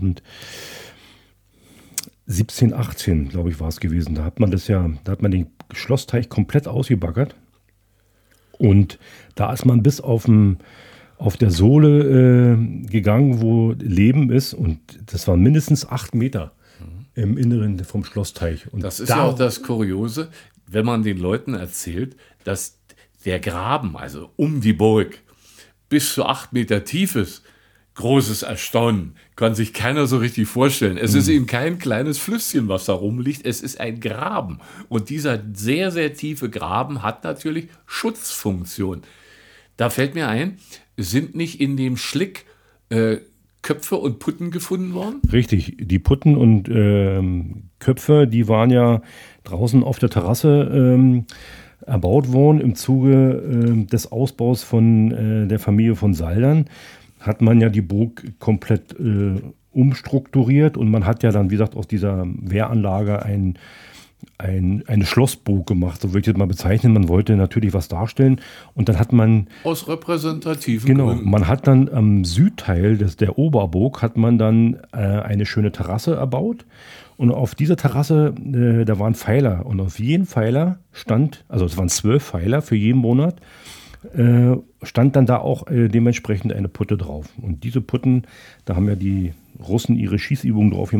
zweitausendsiebzehn, achtzehn, glaube ich, war es gewesen. Da hat man das ja, da hat man den Schlossteich komplett ausgebaggert. Und da ist man bis auf, dem, auf der Sohle äh, gegangen, wo Leben ist. Und das waren mindestens acht Meter mhm. im Inneren vom Schlossteich. Und das ist da ja auch das Kuriose, wenn man den Leuten erzählt, dass der Graben, also um die Burg, bis zu acht Meter tief ist. Großes Erstaunen, kann sich keiner so richtig vorstellen. Es mhm. ist eben kein kleines Flüsschen, was da rumliegt, es ist ein Graben. Und dieser sehr, sehr tiefe Graben hat natürlich Schutzfunktion. Da fällt mir ein, sind nicht in dem Schlick äh, Köpfe und Putten gefunden worden? Richtig, die Putten und ähm, Köpfe, die waren ja draußen auf der Terrasse ähm, erbaut worden im Zuge äh, des Ausbaus von äh, der Familie von Saldern. Hat man ja die Burg komplett äh, umstrukturiert und man hat ja dann, wie gesagt, aus dieser Wehranlage ein, ein, eine Schlossburg gemacht, so würde ich das mal bezeichnen. Man wollte natürlich was darstellen und dann hat man... Aus repräsentativen Genau, Gründen. man hat dann am Südteil des, der Oberburg hat man dann äh, eine schöne Terrasse erbaut und auf dieser Terrasse, äh, da waren Pfeiler und auf jedem Pfeiler stand, also es waren zwölf Pfeiler für jeden Monat, Äh, stand dann da auch äh, dementsprechend eine Putte drauf. Und diese Putten, da haben ja die Russen ihre Schießübungen drauf gemacht.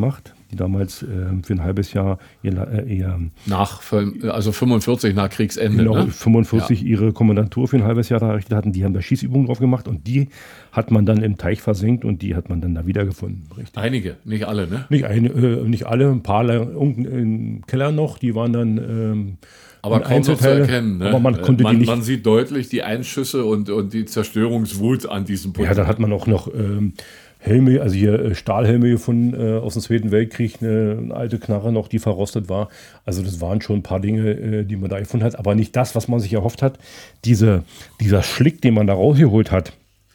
die damals äh, für ein halbes Jahr ihr, äh, ihr nach, also fünfundvierzig nach Kriegsende. Genau, ne? fünfundvierzig ja. ihre Kommandantur für ein halbes Jahr da errichtet hatten. Die haben da Schießübungen drauf gemacht und die hat man dann im Teich versenkt und die hat man dann da wiedergefunden. Richtig. Einige, nicht alle, ne? Nicht, eine, äh, nicht alle, ein paar unten im Keller noch, die waren dann ähm, aber kaum noch zu erkennen. Ne? Aber man konnte man, die nicht. Man sieht deutlich die Einschüsse und, und die Zerstörungswut an diesem Punkt. Ja, dann hat man auch noch ähm, Helme, also hier äh, Stahlhelme gefunden äh, aus dem Zweiten Weltkrieg, eine, eine alte Knarre noch, die verrostet war. Also das waren schon ein paar Dinge, äh, die man da gefunden hat, aber nicht das, was man sich erhofft hat. Diese, dieser Schlick, den man da rausgeholt hat,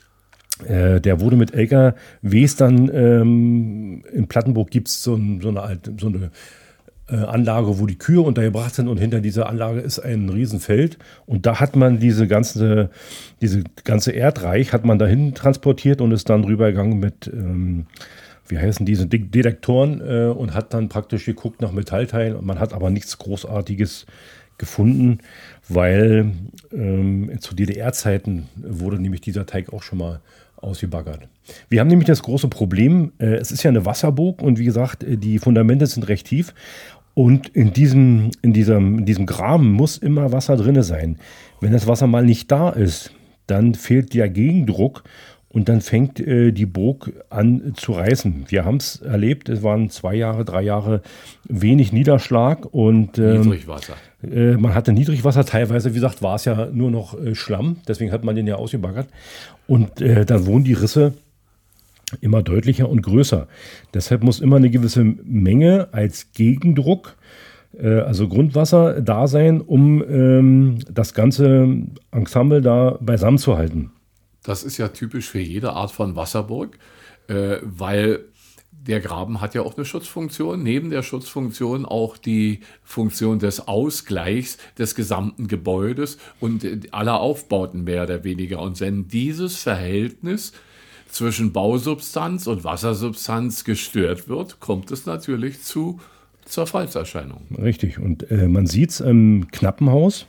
äh, der wurde mit L K Ws dann, ähm, in Plattenburg gibt es so, ein, so eine alte, so eine Anlage, wo die Kühe untergebracht sind und hinter dieser Anlage ist ein Riesenfeld und da hat man diese ganze, diese ganze Erdreich hat man dahin transportiert und ist dann rübergegangen mit, ähm, wie heißen diese Detektoren äh, und hat dann praktisch geguckt nach Metallteilen. Man hat aber nichts Großartiges gefunden, weil ähm, zu D D R-Zeiten wurde nämlich dieser Teig auch schon mal ausgebaggert. Wir haben nämlich das große Problem, äh, es ist ja eine Wasserburg und wie gesagt, äh, die Fundamente sind recht tief und in diesem, in diesem, in diesem Graben muss immer Wasser drin sein. Wenn das Wasser mal nicht da ist, dann fehlt der Gegendruck und dann fängt äh, die Burg an zu reißen. Wir haben es erlebt, es waren zwei Jahre, drei Jahre wenig Niederschlag und ähm, Niedrigwasser. Äh, man hatte Niedrigwasser, teilweise, wie gesagt, war es ja nur noch äh, Schlamm, deswegen hat man den ja ausgebaggert. Und äh, dann wurden die Risse immer deutlicher und größer. Deshalb muss immer eine gewisse Menge als Gegendruck, äh, also Grundwasser, da sein, um ähm, das ganze Ensemble da beisammen zu halten. Das ist ja typisch für jede Art von Wasserburg, äh, weil der Graben hat ja auch eine Schutzfunktion, neben der Schutzfunktion auch die Funktion des Ausgleichs des gesamten Gebäudes und aller Aufbauten mehr oder weniger. Und wenn dieses Verhältnis zwischen Bausubstanz und Wassersubstanz gestört wird, kommt es natürlich zu Zerfallserscheinungen. Richtig, und äh, man sieht es im Knappenhaus.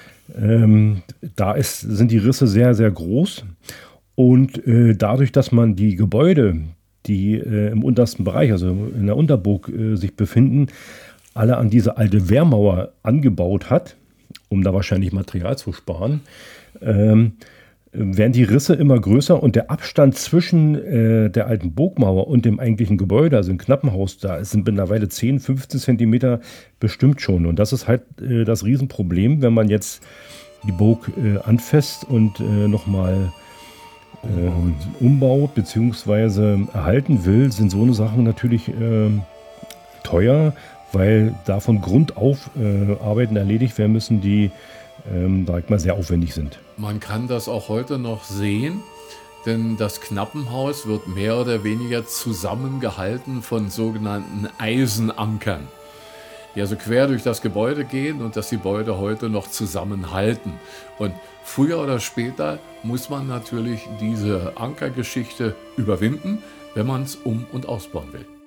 Ähm, da ist, sind die Risse sehr, sehr groß und äh, dadurch, dass man die Gebäude, die äh, im untersten Bereich, also in der Unterburg äh, sich befinden, alle an diese alte Wehrmauer angebaut hat, um da wahrscheinlich Material zu sparen, ähm, werden die Risse immer größer und der Abstand zwischen äh, der alten Burgmauer und dem eigentlichen Gebäude, also im Knappenhaus, da sind mittlerweile zehn, fünfzehn Zentimeter bestimmt schon. Und das ist halt äh, das Riesenproblem, wenn man jetzt die Burg äh, anfasst und äh, nochmal äh, umbaut bzw. erhalten will, sind so eine Sachen natürlich äh, teuer, weil da von Grund auf äh, Arbeiten erledigt werden müssen, die ähm, sag ich mal, sehr aufwendig sind. Man kann das auch heute noch sehen, denn das Knappenhaus wird mehr oder weniger zusammengehalten von sogenannten Eisenankern, die also quer durch das Gebäude gehen und das Gebäude heute noch zusammenhalten. Und früher oder später muss man natürlich diese Ankergeschichte überwinden, wenn man es um- und ausbauen will.